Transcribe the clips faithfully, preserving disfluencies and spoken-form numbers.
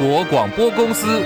国广播公司。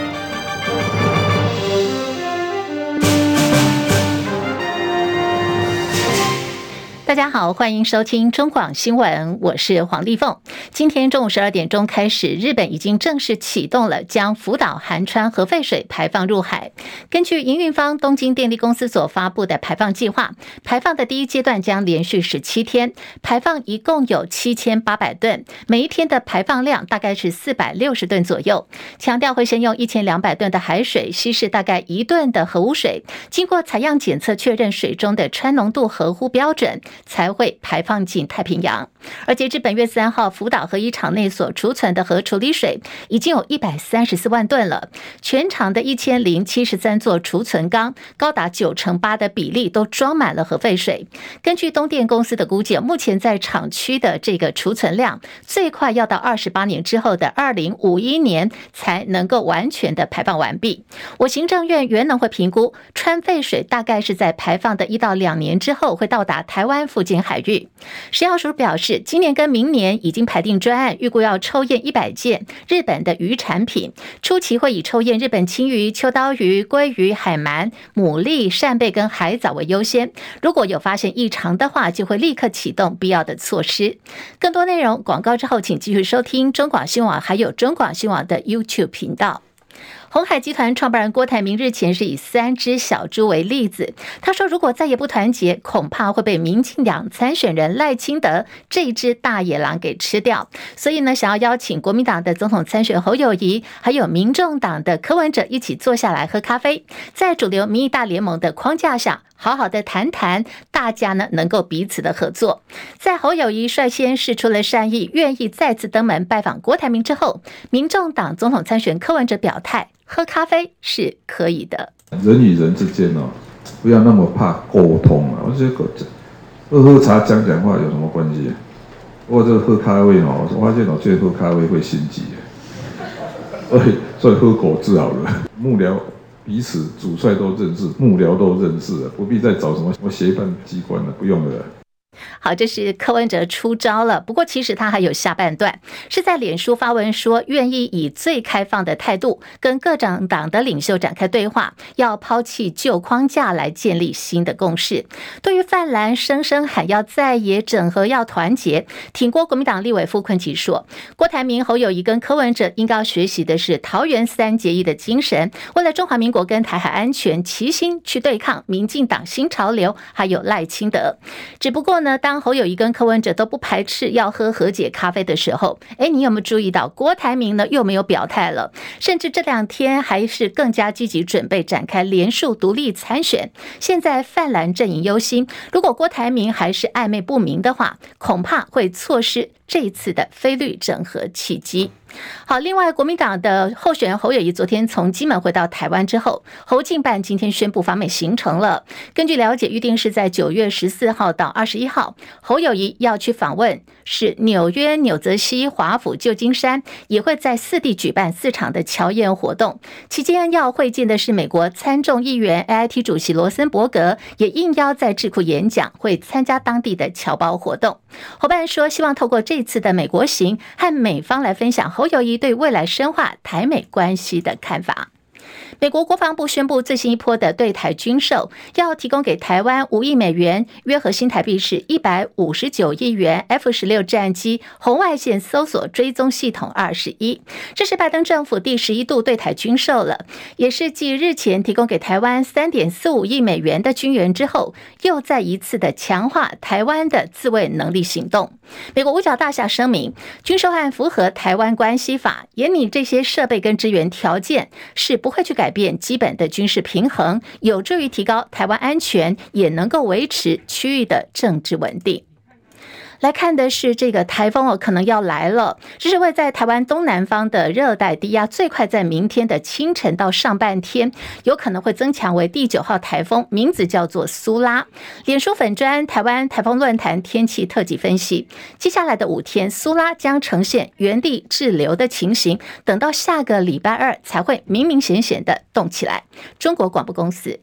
大家好，欢迎收听中广新闻，我是黄丽凤。今天中午十二点钟开始，日本已经正式启动了将福岛含川核废水排放入海。根据营运方东京电力公司所发布的排放计划，排放的第一阶段将连续十七天，排放一共有七千八百吨，每一天的排放量大概是四百六十吨左右。强调会先用一千两百吨的海水稀释大概一吨的核污水，经过采样检测确认水中的氚浓度合乎标准，才会排放进太平洋。而截至本月三号，福岛核一厂内所储存的核处理水已经有一百三十四万吨了，全厂的一千零七十三座储存缸高达九成八的比例都装满了核废水。根据东电公司的估计，目前在厂区的这个储存量最快要到二十八年之后的二零五一年才能够完全的排放完毕。我行政院原能会评估，氚废水大概是在排放的一到两年之后会到达台湾附近海域。食药署表示，今年跟明年已经排定专案，预估要抽验一百件日本的鱼产品，初期会以抽验日本青鱼、秋刀鱼、鲑鱼、海鳗、牡蛎、扇贝跟海藻为优先。如果有发现异常的话，就会立刻启动必要的措施。更多内容广告之后，请继续收听中广新闻网还有中广新闻网的 YouTube 频道。鸿海集团创办人郭台铭日前是以三只小猪为例子，他说如果再也不团结，恐怕会被民进党参选人赖清德这只大野狼给吃掉。所以呢，想要邀请国民党的总统参选侯友宜，还有民众党的柯文哲一起坐下来喝咖啡，在主流民意大联盟的框架下，好好的谈谈，大家呢能够彼此的合作。在侯友宜率先释出了善意，愿意再次登门拜访郭台铭之后，民众党总统参选柯文哲表态，喝咖啡是可以的。 人与人之间哦，不要那么怕沟通啊！我觉得喝喝茶讲讲话有什么关系？我这喝咖啡哦，我发现我觉得喝咖啡会心急，所以所以喝果汁好了。幕僚彼此主帅都认识，幕僚都认识了，不必再找什么什么协办机关了，不用了。 好，这是柯文哲出招了。不过其实他还有下半段，是在脸书发文说，愿意以最开放的态度跟各党党的领袖展开对话，要抛弃旧框架来建立新的共识。对于泛蓝声声喊要在野整合要团结，挺郭国民党立委傅崑萁说，郭台铭、侯友宜跟柯文哲应该要学习的是桃园三结义的精神，为了中华民国跟台海安全齐心去对抗民进党新潮流还有赖清德。只不过呢，当侯友宜跟柯文哲都不排斥要喝和解咖啡的时候，哎，你有没有注意到郭台铭呢又没有表态了？甚至这两天还是更加积极准备展开连署独立参选。现在泛蓝阵营忧心，如果郭台铭还是暧昧不明的话，恐怕会错失这一次的非绿整合契机。好，另外国民党的候选人侯友宜昨天从金门回到台湾之后，侯进办今天宣布访美行程了。根据了解，预定是在九月十四号到二十一号，侯友宜要去访问是纽约、纽泽西、华府、旧金山，也会在四地举办四场的侨宴活动。期间要会见的是美国参众议员 A I T 主席罗森伯格，也应邀在智库演讲，会参加当地的侨胞活动。侯办说，希望透过这次的美国行，和美方来分享侯友宜对未来深化台美关系的看法。美国国防部宣布最新一波的对台军售，要提供给台湾五亿美元，约合新台币是一百五十九亿元 F 十六 战机红外线搜索追踪系统二十一。这是拜登政府第十一度对台军售了，也是继日前提供给台湾 三点四五亿美元的军援之后，又再一次的强化台湾的自卫能力行动。美国五角大厦声明，军售案符合台湾关系法，严拟这些设备跟支援条件是不会去改变基本的军事平衡，有助于提高台湾安全，也能够维持区域的政治稳定。来看的是这个台风哦，可能要来了。这是位在台湾东南方的热带低压，最快在明天的清晨到上半天，有可能会增强为第九号台风，名字叫做苏拉。脸书粉专台湾台风论坛天气特辑分析，接下来的五天，苏拉将呈现原地滞留的情形，等到下个礼拜二才会明明显显的动起来。中国广播公司。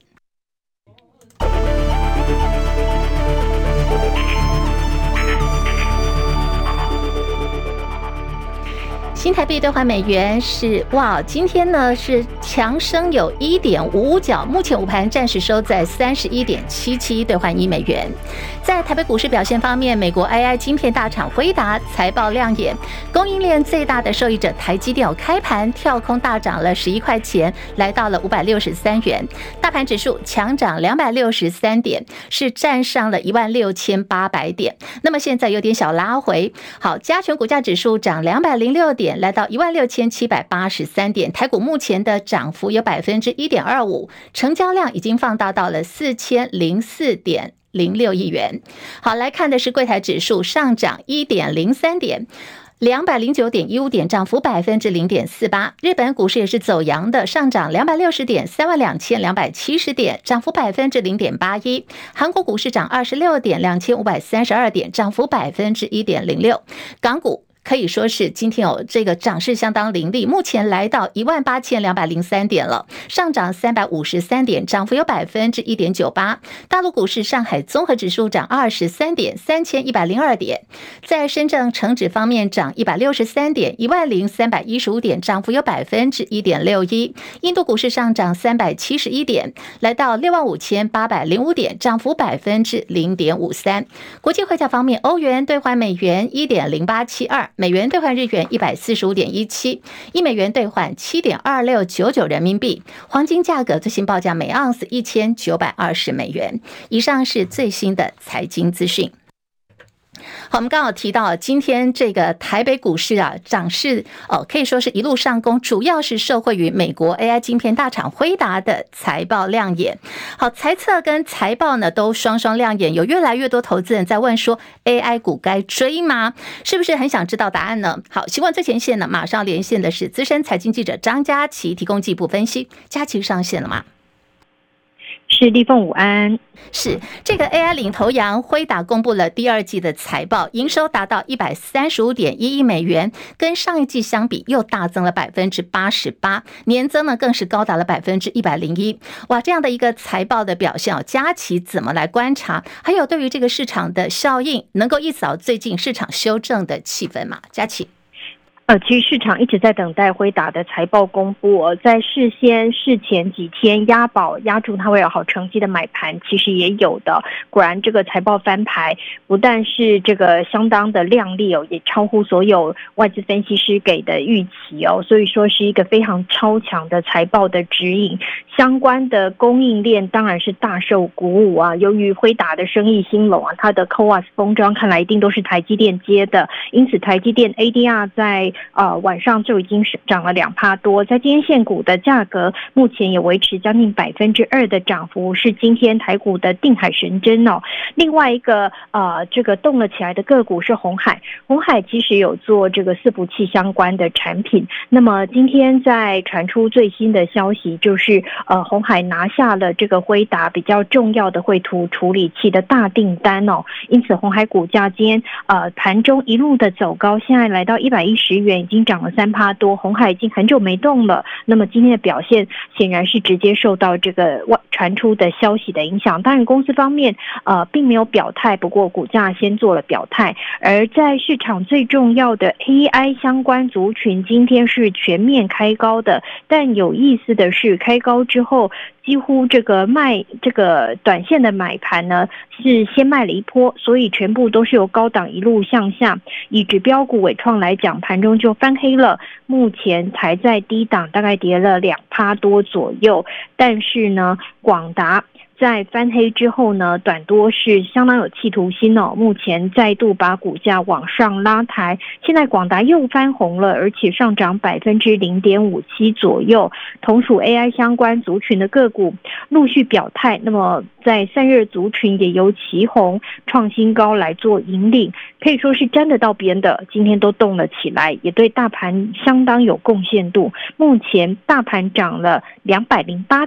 新台币兑换美元是哇，今天呢是强升有 一点五五角，目前午盘暂时收在 三十一点七七兑换一美元。在台北股市表现方面，美国 A I 晶片大厂辉达财报亮眼，供应链最大的受益者台积电开盘跳空大涨了十一块钱，来到了五百六十三元，大盘指数强涨两百六十三点，是站上了一万六千八百点。那么现在有点小拉回，好，加权股价指数涨两百零六点，来到一万六千七百八十三点。台股目前的涨幅有百分之一点二五，成交量已经放大到了四千零四点零六亿元。好，来看的是柜台指数上涨一点零三点。两百零九点一五点，涨幅百分之零点四八。日本股市也是走阳的，上涨两百六十点，三万两千两百七十点，涨幅百分之零点八一。韩国股市涨二十六点，两千五百三十二点，涨幅百分之一点零六。港股可以说是今天有这个涨势相当凌厉，目前来到一万八千两百零三点了，上涨三百五十三点，涨幅有百分之一点九八。大陆股市上海综合指数涨二十三点，三千一百零二点。在深圳成指方面涨一百六十三点，一万零三百一十五点，涨幅有百分之一点六一。印度股市上涨三百七十一点，来到六万五千八百零五点，涨幅百分之零点五三。国际汇价方面，欧元兑换美元一点零八七二。美元兑换日元一百四十五点一七，一美元兑换七点二六九九人民币。黄金价格最新报价每盎司一千九百二十美元。以上是最新的财经资讯。好，我们刚好提到今天这个台北股市啊，涨势哦可以说是一路上攻，主要是受惠于美国 A I 晶片大厂辉达的财报亮眼。好，财测跟财报呢都双双亮眼，有越来越多投资人在问说 A I 股该追吗？是不是很想知道答案呢？好，新闻最前线呢，马上连线的是资深财经记者张佳琪，提供进一步分析。佳琪上线了吗？ 是立凤午安。 是这个 A I 领头羊辉达公布了第二季的财报，营收达到一百三十五点一亿美元，跟上一季相比又大增了百分之八十八，年增呢更是高达了百分之一百零一。哇，这样的一个财报的表现，佳琪怎么来观察？还有对于这个市场的效应，能够一扫最近市场修正的气氛吗？佳琪。 呃，其实市场一直在等待辉达的财报公布哦，在事先事前几天押宝押住它会有好成绩的买盘，其实也有的。果然，这个财报翻牌不但是这个相当的亮丽哦，也超乎所有外资分析师给的预期哦，所以说是一个非常超强的财报的指引。相关的供应链当然是大受鼓舞啊，由于辉达的生意兴隆啊，它的 C O A S 封装看来一定都是台积电接的，因此台积电 A D R 在呃，晚上就已经涨了两趴多，在今天现股的价格目前也维持将近百分之二的涨幅，是今天台股的定海神针哦。另外一个呃，这个动了起来的个股是鸿海，鸿海其实有做这个伺服器相关的产品。那么今天在传出最新的消息，就是呃，鸿海拿下了这个辉达比较重要的绘图处理器的大订单哦，因此鸿海股价今天呃盘中一路的走高，现在来到一百一十元，已经涨了三趴多，鸿海已经很久没动了。那么今天的表现显然是直接受到这个传出的消息的影响。当然，公司方面呃并没有表态，不过股价先做了表态。而在市场最重要的 A I 相关族群，今天是全面开高的。但有意思的是，开高之后，几乎这个卖这个短线的买盘呢是先卖了一波，所以全部都是由高档一路向下。以指标股伟创来讲，盘中就翻黑了，目前才在低档，大概跌了两趴多左右。但是呢，广达在翻黑之后呢，短多是相当有企图心哦，目前再度把股价往上拉抬。现在广达又翻红了，而且上涨百分之零点五七左右。同属 A I 相关族群的个股陆续表态，那么在散热族群也由奇鋐创新高来做引领，可以说是沾得到边的，今天都动了起来，也对大盘相当有贡献度。目前大盘涨了两百零八点，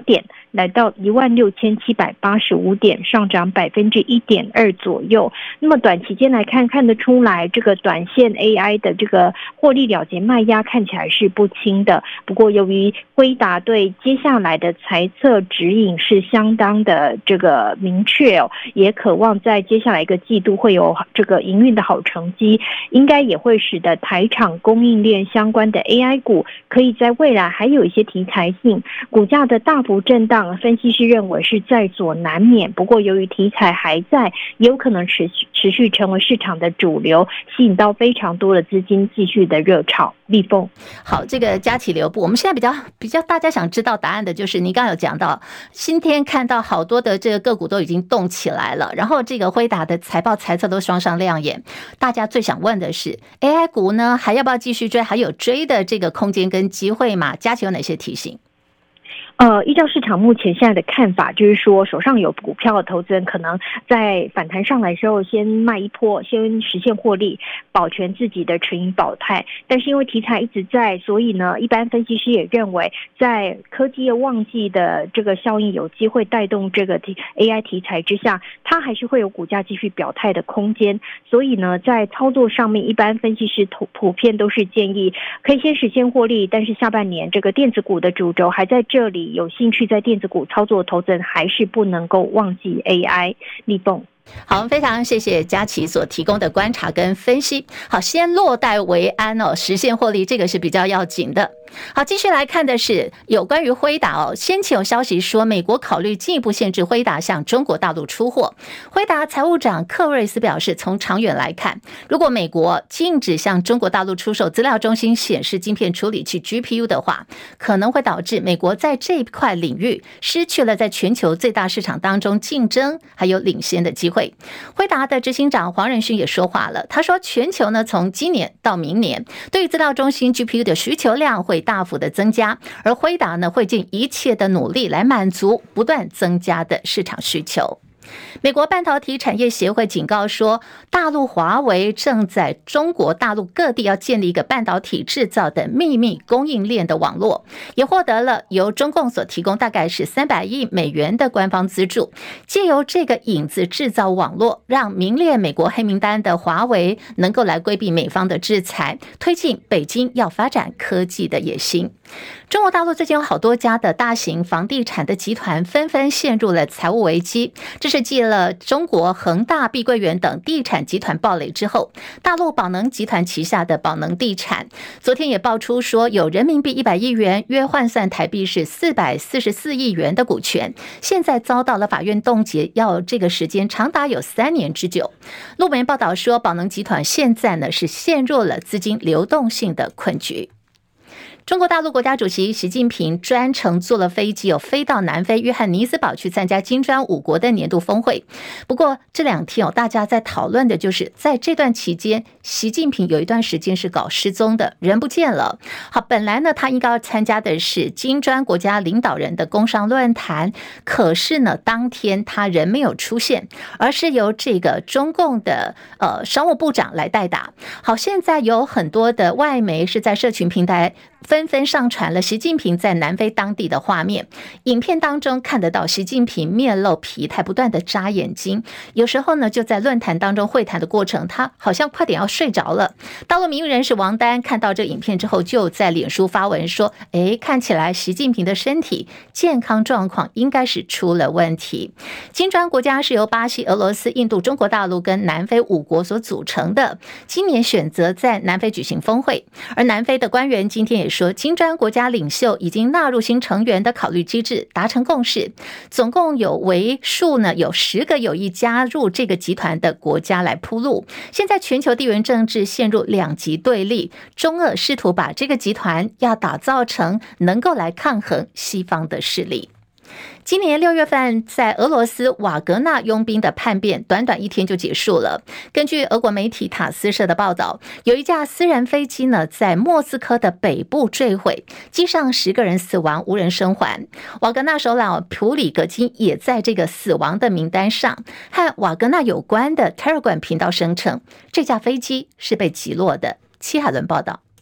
来到一万六千七百八十五点，上涨百分之一点二左右。那么短期间来看，看得出来这个短线 A I 的这个获利了结卖压看起来是不轻的。不过由于辉达对接下来的财测指引是相当的这个明确哦，也渴望在接下来一个季度会有这个营运的好成绩，应该也会使得台厂供应链相关的 A I 股可以在未来还有一些题材性，股价的大幅震荡，分析师认为是在所难免。不过由于题材还在，也有可能持续持续成为市场的主流，吸引到非常多的资金继续的热炒。立凤， 好，这个佳琪留步，我们现在比较比较大家想知道答案的就是你刚刚有讲到，今天看到好多的这个个股都已经动起来了，然后这个辉达的财报财测都双双亮眼，大家最想问的是 A I 股呢还要不要继续追，还有追的这个空间跟机会吗？佳琪有哪些提醒？ 呃，依照市场目前现在的看法，就是说手上有股票的投资人可能在反弹上来的时候先卖一波，先实现获利，保全自己的持盈保泰。但是因为题材一直在，所以呢，一般分析师也认为，在科技业旺季的这个效应有机会带动这个 A I 题材之下，它还是会有股价继续表态的空间。所以呢，在操作上面，一般分析师普遍都是建议可以先实现获利，但是下半年这个电子股的主轴还在这里。有兴趣在电子股操作的投资人还是不能够忘记 A I。 立凤， 好，非常谢谢佳琪所提供的观察跟分析。好，先落袋为安哦，实现获利，这个是比较要紧的。好，继续来看的是有关于辉达哦，先前有消息说美国考虑进一步限制辉达向中国大陆出货。辉达财务长克瑞斯表示，从长远来看，如果美国禁止向中国大陆出售资料中心显示晶片处理器 G P U 的话，可能会导致美国在这一块领域失去了在全球最大市场当中竞争还有领先的机会。辉达的执行长黄仁勋也说话了，他说全球呢从今年到明年对于资料中心 G P U 的需求量会大幅的增加，而辉达呢会尽一切的努力来满足不断增加的市场需求。美国半导体产业协会警告说，大陆华为正在中国大陆各地要建立一个半导体制造的秘密供应链的网络，也获得了由中共所提供大概是三百亿美元的官方资助，借由这个影子制造网络，让名列美国黑名单的华为能够来规避美方的制裁，推进北京要发展科技的野心。中国大陆最近有好多家的大型房地产的集团纷纷陷入了财务危机，这是继了中国恒大、碧桂园等地产集团暴雷之后，大陆宝能集团旗下的宝能地产昨天也爆出说，有人民币一百亿元，约换算台币是四百四十四亿元的股权，现在遭到了法院冻结，要这个时间长达有三年之久。路媒报道说，宝能集团现在呢是陷入了资金流动性的困局。中国大陆国家主席习近平专程坐了飞机，有飞到南非约翰尼斯堡去参加金砖五国的年度峰会。不过这两天哦，大家在讨论的就是在这段期间，习近平有一段时间是搞失踪的，人不见了。好，本来呢他应该要参加的是金砖国家领导人的工商论坛，可是呢当天他人没有出现，而是由这个中共的呃商务部长来代打。好，现在有很多的外媒是在社群平台纷纷上传了习近平在南非当地的画面，影片当中看得到习近平面露疲态，不断的眨眼睛，有时候呢就在论坛当中会谈的过程，他好像快点要睡着了。大陆名人士王丹看到这个影片之后，就在脸书发文说，诶，看起来习近平的身体健康状况应该是出了问题。金砖国家是由巴西、俄罗斯、印度、中国大陆跟南非五国所组成的，今年选择在南非举行峰会，而南非的官员今天也说，金砖国家领袖已经纳入新成员的考虑机制，达成共识，总共有为数呢有十个有意加入这个集团的国家来铺路。现在全球地缘政治陷入两极对立，中俄试图把这个集团要打造成能够来抗衡西方的势力。今年六月份，在俄罗斯瓦格纳佣兵的叛变，短短一天就结束了。根据俄国媒体塔斯社的报道，有一架私人飞机呢，在莫斯科的北部坠毁，机上十个人死亡，无人生还。瓦格纳首脑普里格金也在这个死亡的名单上。和瓦格纳有关的 Telegram 频道声称，这架飞机是被击落的。戚海伦报道。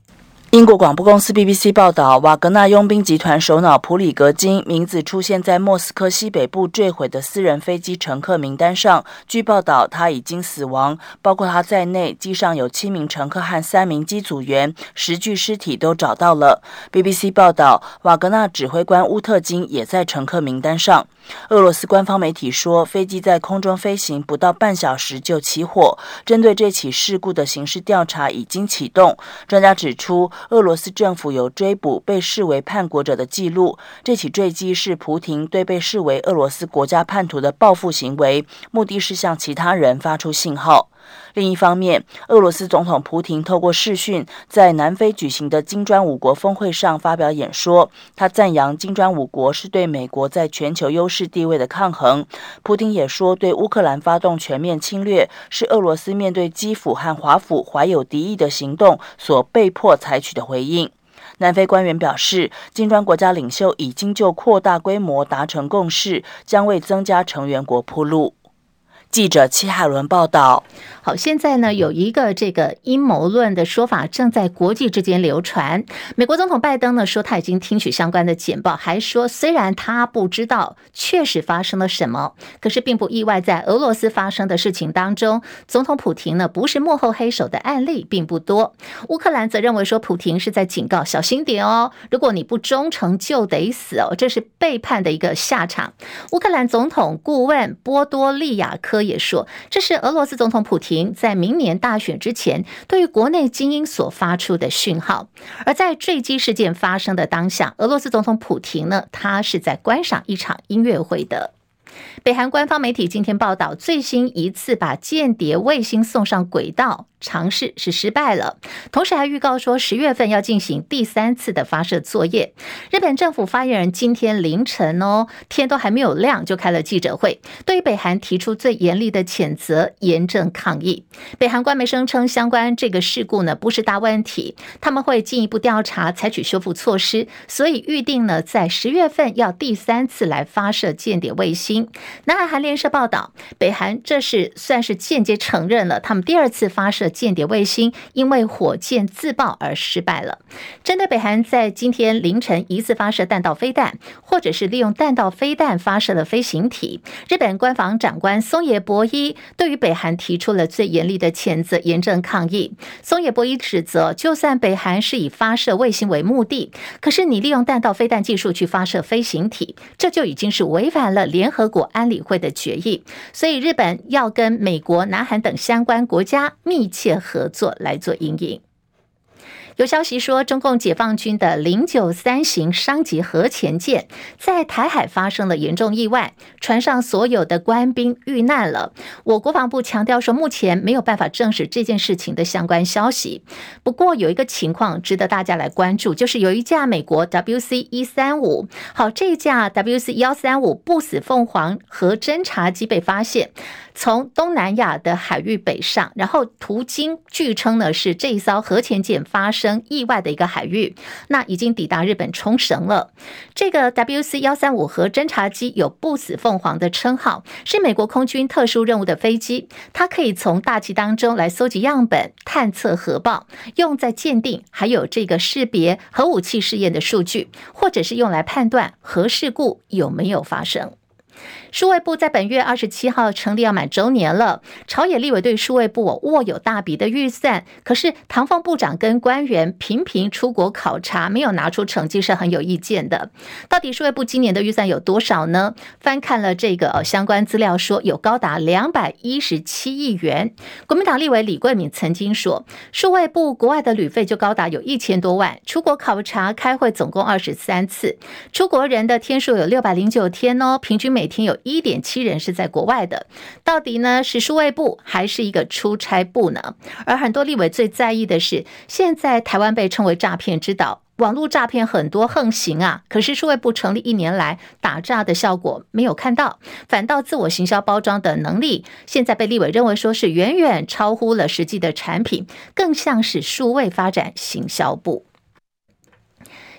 英国广播公司 B B C 报道，瓦格纳佣兵集团首脑普里格金名字出现在莫斯科西北部坠毁的私人飞机乘客名单上。据报道，他已经死亡，包括他在内，机上有七名乘客和三名机组员，十具尸体都找到了。B B C 报道，瓦格纳指挥官乌特金也在乘客名单上。俄罗斯官方媒体说，飞机在空中飞行不到半小时就起火。针对这起事故的刑事调查已经启动。专家指出，俄罗斯政府有追捕被视为叛国者的记录。这起坠机是普廷对被视为俄罗斯国家叛徒的报复行为，目的是向其他人发出信号。另一方面，俄罗斯总统普廷透过视讯在南非举行的金砖五国峰会上发表演说，他赞扬金砖五国是对美国在全球优势地位的抗衡。普廷也说，对乌克兰发动全面侵略是俄罗斯面对基辅和华府怀有敌意的行动所被迫采取的回应。南非官员表示，金砖国家领袖已经就扩大规模达成共识，将为增加成员国铺路。记者戚海伦报道。 好，现在呢有一个这个阴谋论的说法正在国际之间流传。美国总统拜登呢说他已经听取相关的简报，还说虽然他不知道确实发生了什么，可是并不意外，在俄罗斯发生的事情当中，总统普廷呢不是幕后黑手的案例并不多。乌克兰则认为说普廷是在警告小心点哦，如果你不忠诚就得死哦，这是背叛的一个下场。乌克兰总统顾问波多利亚科也说，这是俄罗斯总统普廷在明年大选之前对于国内精英所发出的讯号。而在坠机事件发生的当下，俄罗斯总统普廷呢，他是在观赏一场音乐会的。北韩官方媒体今天报道，最新一次把间谍卫星送上轨道尝试是失败了，同时还预告说十月份要进行第三次的发射作业。日本政府发言人今天凌晨哦，天都还没有亮就开了记者会，对于北韩提出最严厉的谴责，严正抗议。北韩官媒声称，相关这个事故呢不是大问题，他们会进一步调查，采取修复措施，所以预定呢在十月份要第三次来发射间谍卫星。南韩韩联社报道，北韩这是算是间接承认了他们第二次发射间谍卫星因为火箭自爆而失败了。针对北韩在今天凌晨疑似发射弹道飞弹，或者是利用弹道飞弹发射的飞行体，日本官房长官松野博一对于北韩提出了最严厉的谴责，严正抗议。松野博一指责，就算北韩是以发射卫星为目的，可是你利用弹道飞弹技术去发射飞行体，这就已经是违反了联合国安理会的决议，所以日本要跟美国、南韩等相关国家密切合作来做因应。有消息说，中共解放军的零九三型商级核潜舰在台海发生了严重意外，船上所有的官兵遇难了。我国防部强调说，目前没有办法证实这件事情的相关消息。不过有一个情况值得大家来关注，就是有一架美国 W C 一三五， 好，这架 W C 一三五 不死凤凰核侦察机被发现从东南亚的海域北上，然后途经据称呢是这一艘核潜舰发生意外的一个海域，那已经抵达日本冲绳了。这个 W C 一三五 核侦察机有不死凤凰的称号，是美国空军特殊任务的飞机，它可以从大气当中来搜集样本，探测核爆，用在鉴定还有这个识别核武器试验的数据，或者是用来判断核事故有没有发生。数位部在本月二十七号成立要满周年了，朝野立委对数位部握有大笔的预算，可是唐凤部长跟官员频频出国考察，没有拿出成绩是很有意见的。到底数位部今年的预算有多少呢？翻看了这个、哦、相关资料说有高达两百一十七亿元。国民党立委李桂敏曾经说，数位部国外的旅费就高达有一千多万，出国考察开会总共二十三次，出国人的天数有六百零九天哦，平均每天有一点七人是在国外的。到底呢是数位部还是一个出差部呢？而很多立委最在意的是，现在台湾被称为诈骗之岛，网络诈骗很多横行啊，可是数位部成立一年来打诈的效果没有看到，反倒自我行销包装的能力现在被立委认为说是远远超乎了实际的产品，更像是数位发展行销部。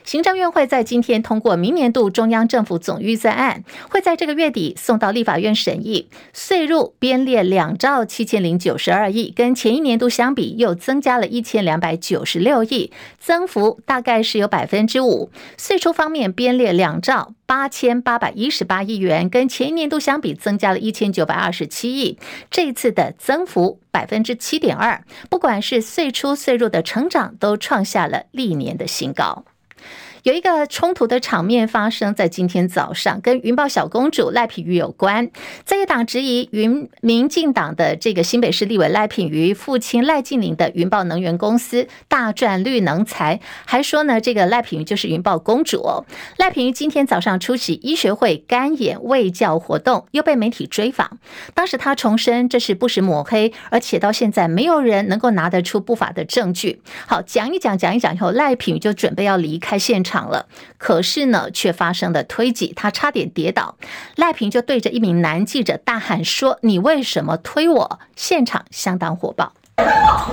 行政院会在今天通过明年度中央政府总预算案，会在这个月底送到立法院审议。税入编列两兆七千零九十二亿，跟前一年度相比又增加了一千两百九十六亿，增幅大概是有百分之五。税出方面编列两兆八千八百一十八亿元，跟前一年度相比增加了一千九百二十七亿，这一次的增幅百分之七点二。不管是税出税入的成长，都创下了历年的新高。有一个冲突的场面发生在今天早上，跟云豹小公主赖品妤有关。在野党质疑云民进党的这个新北市立委赖品妤父亲赖晋麟的云豹能源公司大赚绿能财，还说呢这个赖品妤就是云豹公主哦。赖品妤今天早上出席医学会干眼卫教活动，又被媒体追访。当时他重申这是不实抹黑，而且到现在没有人能够拿得出不法的证据。好，讲一讲讲一讲以后，赖品妤就准备要离开现场了，可是呢却发生了推挤，他差点跌倒。赖品就对着一名男记者大喊说：“你为什么推我？”现场相当火爆。 哎，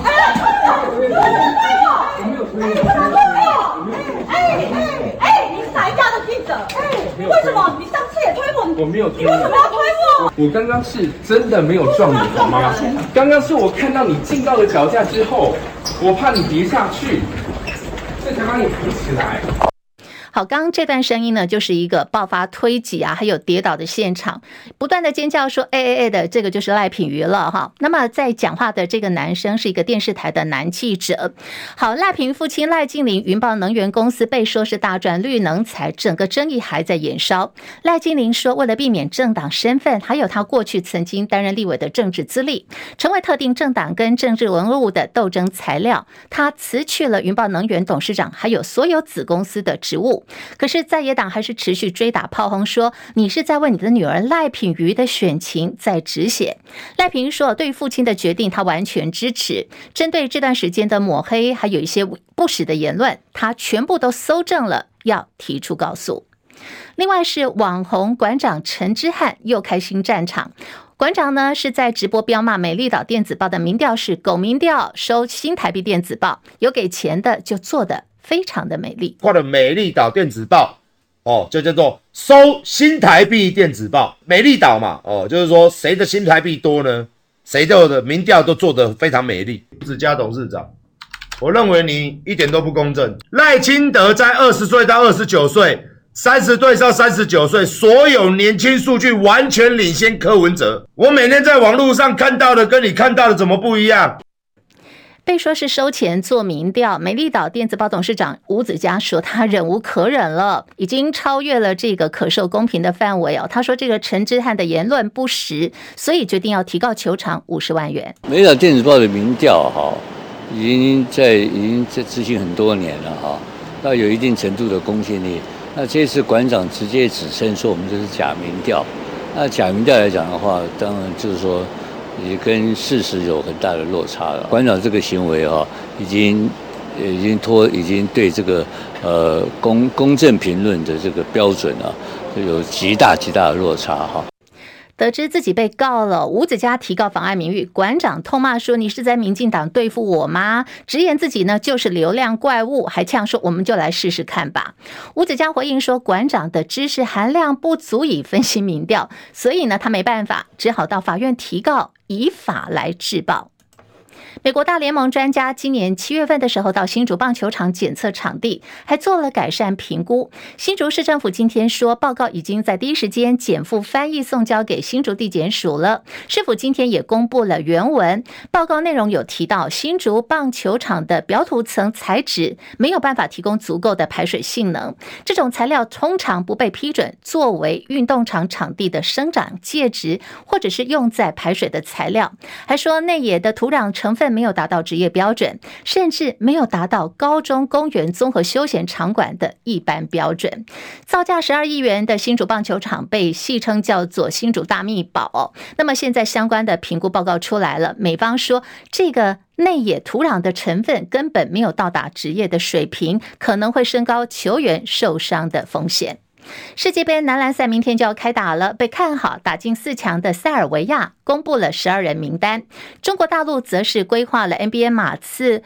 你是哪一家的记者？哎，为什么你上次也推我？ 我没有推你， 你为什么要推我？ 我刚刚是真的没有撞你，好吗？刚刚是我看到你进到了脚架之后，我怕你跌下去，所以才把你扶起来。 好，刚刚这段声音呢，就是一个爆发推挤啊，还有跌倒的现场，不断的尖叫说哎哎哎的，这个就是赖品妤了哈。那么在讲话的这个男生是一个电视台的男记者。好，赖品妤父亲赖晋麟云豹能源公司被说是大赚绿能财，整个争议还在延烧。赖晋麟说，为了避免政党身份，还有他过去曾经担任立委的政治资历，成为特定政党跟政治人物的斗争材料，他辞去了云豹能源董事长还有所有子公司的职务。可是在野党还是持续追打炮轰，说你是在为你的女儿赖品妤的选情在止血。赖品妤说，对父亲的决定他完全支持，针对这段时间的抹黑还有一些不实的言论，他全部都搜证了，要提出告诉。另外是网红馆长陈之汉又开新战场。馆长呢是在直播彪骂美丽岛电子报的民调是狗民调，收新台币电子报，有给钱的就做的非常的美丽。 画的美丽岛电子报哦，就叫做收新台币电子报。美丽岛嘛，哦，就是说谁的新台币多呢？谁的民调都做得非常美丽。子家董事长，我认为你一点都不公正。赖清德在二十岁到二十九岁。三十岁到三十九岁，所有年轻数据完全领先柯文哲。我每天在网络上看到的跟你看到的怎么不一样？ 被说是收钱做民调，美丽岛电子报董事长吴子嘉说他忍无可忍了，已经超越了这个可受公平的范围哦。他说这个陈之汉的言论不实，所以决定要提告求偿五十万元。 美丽岛电子报的民调哈，已经在已经在执行很多年了哈，那有一定程度的公信力。那这次馆长直接指称说我们这是假民调，那假民调来讲的话，当然就是说也跟事实有很大的落差了。馆长这个行为哈，已经已经脱，已经对这个呃公公正评论的这个标准啊，有极大极大的落差哈。 得知自己被告了，吴子嘉提告妨碍名誉，馆长痛骂说你是在民进党对付我吗？直言自己呢就是流量怪物，还呛说我们就来试试看吧。吴子嘉回应说，馆长的知识含量不足以分析民调，所以呢他没办法，只好到法院提告，以法来制暴。美国大联盟专家今年七月份的时候到新竹棒球场检测场地，还做了改善评估。新竹市政府今天说，报告已经在第一时间简复翻译送交给新竹地检署了。市府今天也公布了原文，报告内容有提到新竹棒球场的表土层材质没有办法提供足够的排水性能，这种材料通常不被批准作为运动场场地的生长介质，或者是用在排水的材料。还说内野的土壤成分没有达到职业标准，甚至没有达到高中公园综合休闲场馆的一般标准。造价十二亿元的新竹棒球场被戏称叫做新竹大秘宝。那么现在相关的评估报告出来了，美方说这个内野土壤的成分根本没有到达职业的水平，可能会升高球员受伤的风险。世界杯男篮赛明天就要开打了，被看好打进四强的塞尔维亚公布了十二人名单，中国大陆则是规划了 N B A 马刺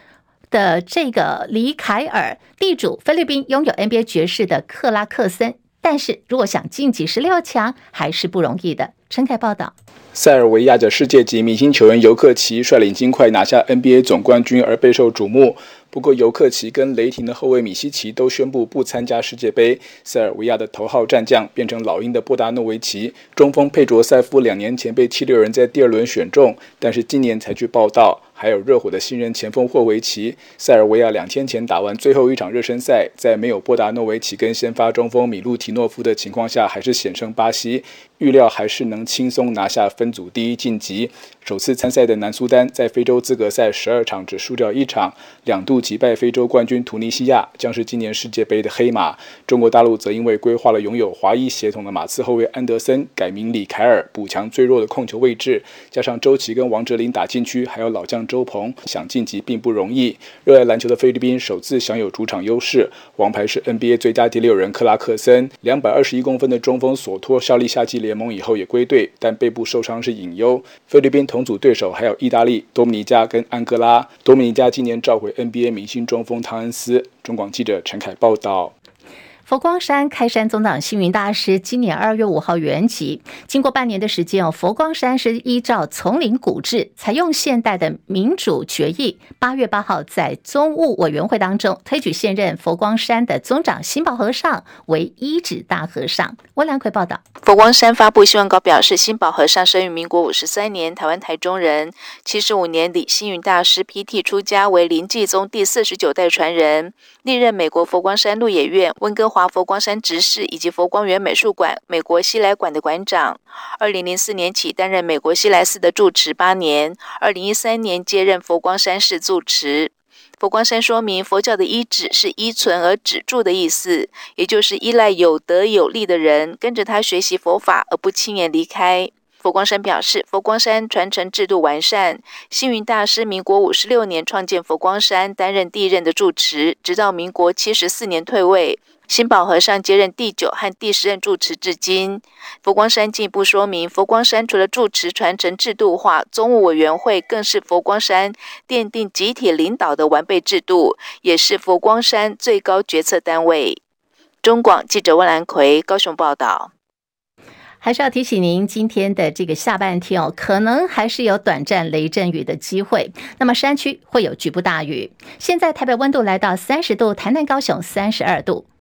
的这个里凯尔，地主菲律宾拥有 N B A 爵士的克拉克森，但是如果想晋级十六强还是不容易的。陈凯报道。 塞尔维亚的世界级明星球员尤克奇率领金块拿下 N B A 总冠军而备受瞩目。不过，尤克奇跟雷霆的后卫米西奇都宣布不参加世界杯。塞尔维亚的头号战将变成老鹰的波达诺维奇，中锋佩卓塞夫两年前被七六人在第二轮选中，但是今年才去报到。还有热火的新人前锋霍维奇。塞尔维亚两天前打完最后一场热身赛，在没有波达诺维奇跟先发中锋米路提诺夫的情况下，还是险胜巴西，预料还是能轻松拿下分组第一晋级。首次参赛的南苏丹在非洲资格赛十二场只输掉一场，两度击败非洲冠军突尼西亚，将是今年世界杯的黑马。中国大陆则因为规划了拥有华裔血统的马刺后卫安德森改名里凯尔，补强最弱的控球位置，加上周琦跟王哲林打禁区，还有老将周鹏，想晋级并不容易。热爱篮球的菲律宾首次享有主场优势，王牌是 N B A 最佳第六人克拉克森，两百二十一公分的中锋索托效力夏季联盟以后也归队，但背部受伤是隐忧。菲律宾同组对手还有意大利、多米尼加跟安哥拉。多米尼加今年召回 N B A 明星中锋汤恩斯。中广记者陈凯报道。 佛光山开山宗长星云大师今年二月五号圆寂，经过半年的时间哦，佛光山是依照丛林古制，采用现代的民主决议，八月八号在宗务委员会当中推举现任佛光山的宗长心保和尚为一指大和尚。温良奎报道。 佛光山发布新闻稿表示，心保和尚生于民国五十三年，台湾台中人。七十五年里，星云大师披剃出家，为临济宗第四十九代传人，历任美国佛光山鹿野苑、温哥华佛光山执事以及佛光园美术馆、美国西来馆的馆长。二零零四年起担任美国西来寺的住持八年，二零一三年接任佛光山寺住持。佛光山说明，佛教的依止是依存而止住的意思，也就是依赖有德有力的人，跟着他学习佛法而不轻言离开。佛光山表示，佛光山传承制度完善，星云大师民国五十六年创建佛光山，担任第一任的住持，直到民国七十四年退位。心保和尚接任第九和第十任住持至今。佛光山进一步说明，佛光山除了住持传承制度化，宗务委员会更是佛光山奠定集体领导的完备制度，也是佛光山最高决策单位。中广记者温兰奎高雄报道。 还是要提醒您，今天的这个下半天哦，可能还是有短暂雷阵雨的机会。那么山区会有局部大雨。现在台北温度来到三十度，台南高雄三十二度。